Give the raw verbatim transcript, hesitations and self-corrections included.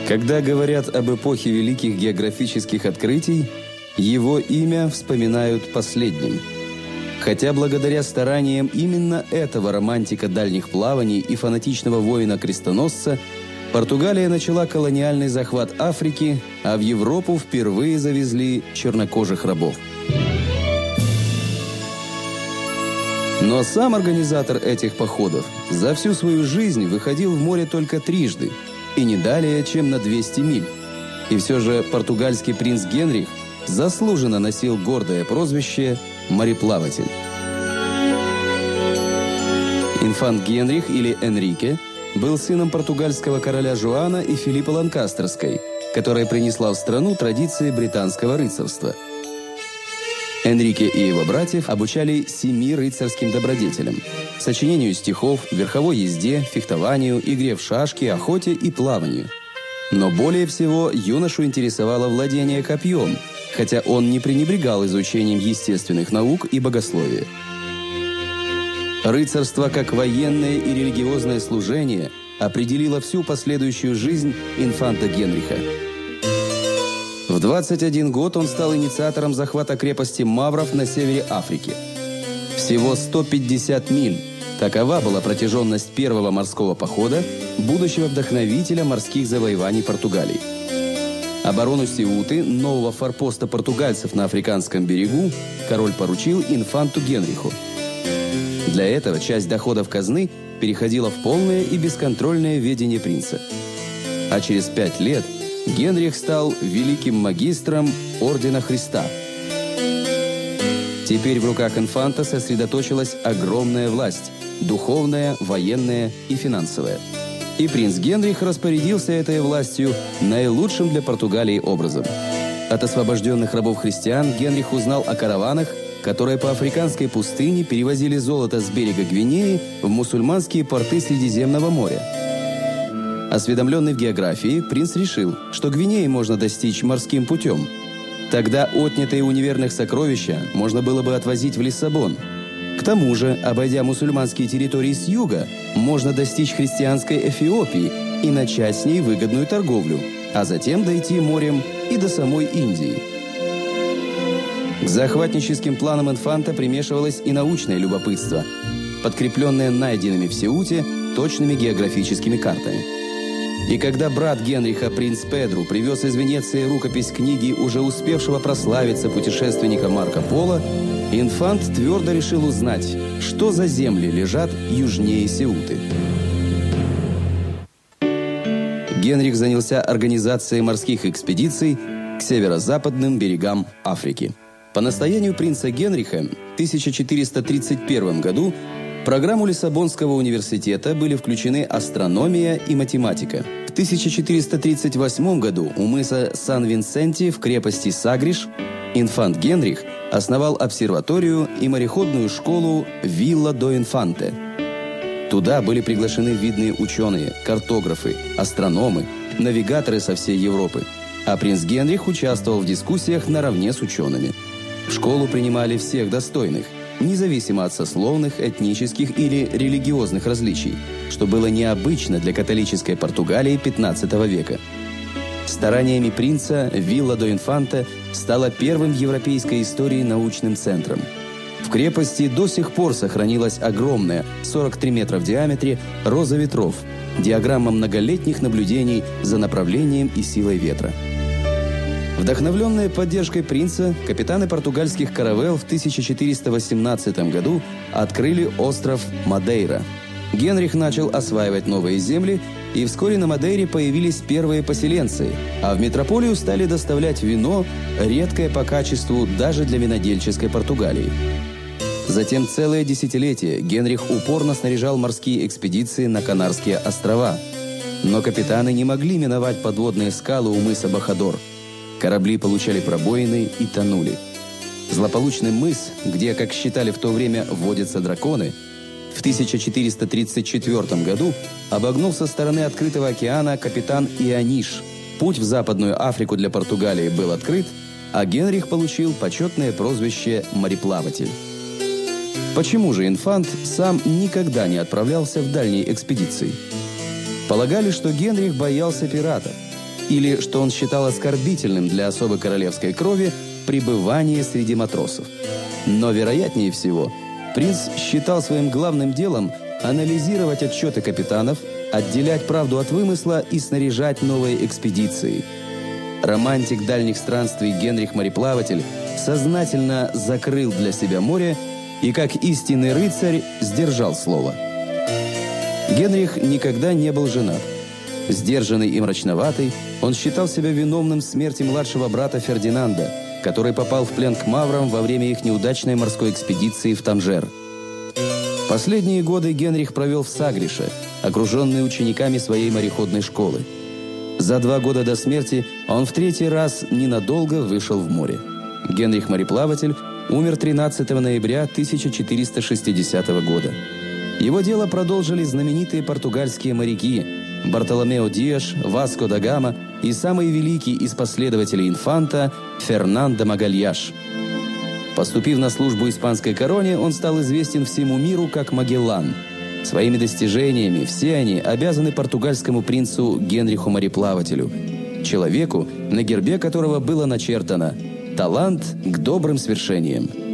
Когда говорят об эпохе великих географических открытий, его имя вспоминают последним. Хотя благодаря стараниям именно этого романтика дальних плаваний и фанатичного воина-крестоносца Португалия начала колониальный захват Африки, а в Европу впервые завезли чернокожих рабов. Но сам организатор этих походов за всю свою жизнь выходил в море только трижды, и не далее, чем на двести миль. И все же португальский принц Генрих заслуженно носил гордое прозвище «мореплаватель». Инфант Генрих или Энрике был сыном португальского короля Жуана и Филиппа Ланкастерской, которая принесла в страну традиции британского рыцарства. Энрике и его братьев обучали семи рыцарским добродетелям – сочинению стихов, верховой езде, фехтованию, игре в шашки, охоте и плаванию. Но более всего юношу интересовало владение копьем, хотя он не пренебрегал изучением естественных наук и богословия. Рыцарство как военное и религиозное служение определило всю последующую жизнь инфанта Генриха. В двадцать один год он стал инициатором захвата крепости Мавров на севере Африки. Всего сто пятьдесят миль. Такова была протяженность первого морского похода, будущего вдохновителя морских завоеваний Португалии. Оборону Сеуты, нового форпоста португальцев на африканском берегу, король поручил инфанту Генриху. Для этого часть доходов казны переходила в полное и бесконтрольное ведение принца. А через пять лет Генрих стал великим магистром Ордена Христа. Теперь в руках инфанта сосредоточилась огромная власть – духовная, военная и финансовая. И принц Генрих распорядился этой властью наилучшим для Португалии образом. От освобожденных рабов-христиан Генрих узнал о караванах, которые по африканской пустыне перевозили золото с берега Гвинеи в мусульманские порты Средиземного моря. Осведомленный в географии, принц решил, что Гвинеи можно достичь морским путем. Тогда отнятые у неверных сокровища можно было бы отвозить в Лиссабон. К тому же, обойдя мусульманские территории с юга, можно достичь христианской Эфиопии и начать с ней выгодную торговлю, а затем дойти морем и до самой Индии. К захватническим планам инфанта примешивалось и научное любопытство, подкрепленное найденными в Сеуте точными географическими картами. И когда брат Генриха, принц Педру, привез из Венеции рукопись книги уже успевшего прославиться путешественника Марко Поло, инфант твердо решил узнать, что за земли лежат южнее Сеуты. Генрих занялся организацией морских экспедиций к северо-западным берегам Африки. По настоянию принца Генриха в тысяча четыреста тридцать первом году в программу Лиссабонского университета были включены астрономия и математика. В тысяча четыреста тридцать восьмом году у мыса Сан-Винсенти в крепости Сагриш инфант Генрих основал обсерваторию и мореходную школу Вилла до Инфанте. Туда были приглашены видные ученые, картографы, астрономы, навигаторы со всей Европы. А принц Генрих участвовал в дискуссиях наравне с учеными. В школу принимали всех достойных, независимо от сословных, этнических или религиозных различий, что было необычно для католической Португалии пятнадцатого века. Стараниями принца Вилла до Инфанте стала первым в европейской истории научным центром. В крепости до сих пор сохранилась огромная, сорок три метра в диаметре, роза ветров, диаграмма многолетних наблюдений за направлением и силой ветра. Вдохновленные поддержкой принца, капитаны португальских каравелл в тысяча четыреста восемнадцатом году открыли остров Мадейра. Генрих начал осваивать новые земли, и вскоре на Мадейре появились первые поселенцы, а в метрополию стали доставлять вино, редкое по качеству даже для винодельческой Португалии. Затем целое десятилетие Генрих упорно снаряжал морские экспедиции на Канарские острова. Но капитаны не могли миновать подводные скалы у мыса Бахадор. Корабли получали пробоины и тонули. Злополучный мыс, где, как считали в то время, водятся драконы, в тысяча четыреста тридцать четвёртом году обогнул со стороны открытого океана капитан Иониш. Путь в Западную Африку для Португалии был открыт, а Генрих получил почетное прозвище «мореплаватель». Почему же инфант сам никогда не отправлялся в дальние экспедиции? Полагали, что Генрих боялся пиратов. или, что он считал оскорбительным для особо королевской крови, пребывание среди матросов. Но, вероятнее всего, принц считал своим главным делом анализировать отчеты капитанов, отделять правду от вымысла и снаряжать новые экспедиции. Романтик дальних странствий Генрих Мореплаватель сознательно закрыл для себя море и, как истинный рыцарь, сдержал слово. Генрих никогда не был женат. Сдержанный и мрачноватый, он считал себя виновным в смерти младшего брата Фердинанда, который попал в плен к маврам во время их неудачной морской экспедиции в Танжер. Последние годы Генрих провел в Сагрише, окруженный учениками своей мореходной школы. За два года до смерти он в третий раз ненадолго вышел в море. Генрих Мореплаватель умер тринадцатого ноября тысяча четыреста шестидесятого года. Его дело продолжили знаменитые португальские моряки Бартоломео Диаш, Васко да Гама и самый великий из последователей инфанта Фернандо Магальяш. Поступив на службу испанской короне, он стал известен всему миру как Магеллан. Своими достижениями все они обязаны португальскому принцу Генриху Мореплавателю, человеку, на гербе которого было начертано «Талант к добрым свершениям».